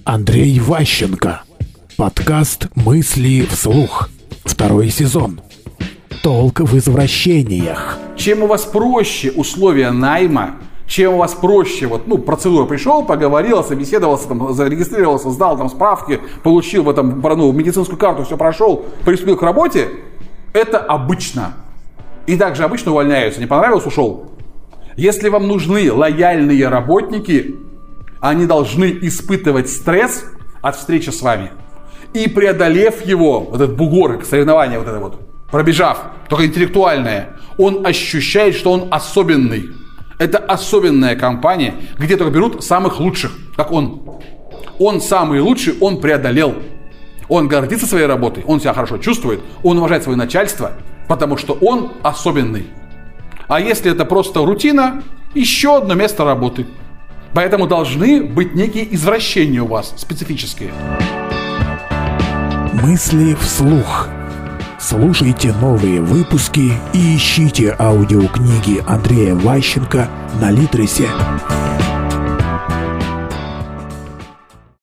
Андрей Ващенко. Подкаст «Мысли вслух». 2 сезон. Толк в извращениях. Чем у вас проще условия найма, чем у вас проще, процедура пришел, поговорил, собеседовался, зарегистрировался, сдал справки, получил медицинскую карту, все прошел, приступил к работе, это обычно. И также обычно увольняются. Не понравилось, ушел. Если вам нужны лояльные работники, они должны испытывать стресс от встречи с вами. И преодолев его, этот бугор, соревнование пробежав, только интеллектуальное, он ощущает, что он особенный. Это особенная компания, где только берут самых лучших, как он. Он самый лучший, он преодолел. Он гордится своей работой, он себя хорошо чувствует, он уважает свое начальство, потому что он особенный. А если это просто рутина, еще одно место работы. Поэтому должны быть некие извращения у вас, специфические. Мысли вслух. Слушайте новые выпуски и ищите аудиокниги Андрея Ващенко на Литресе.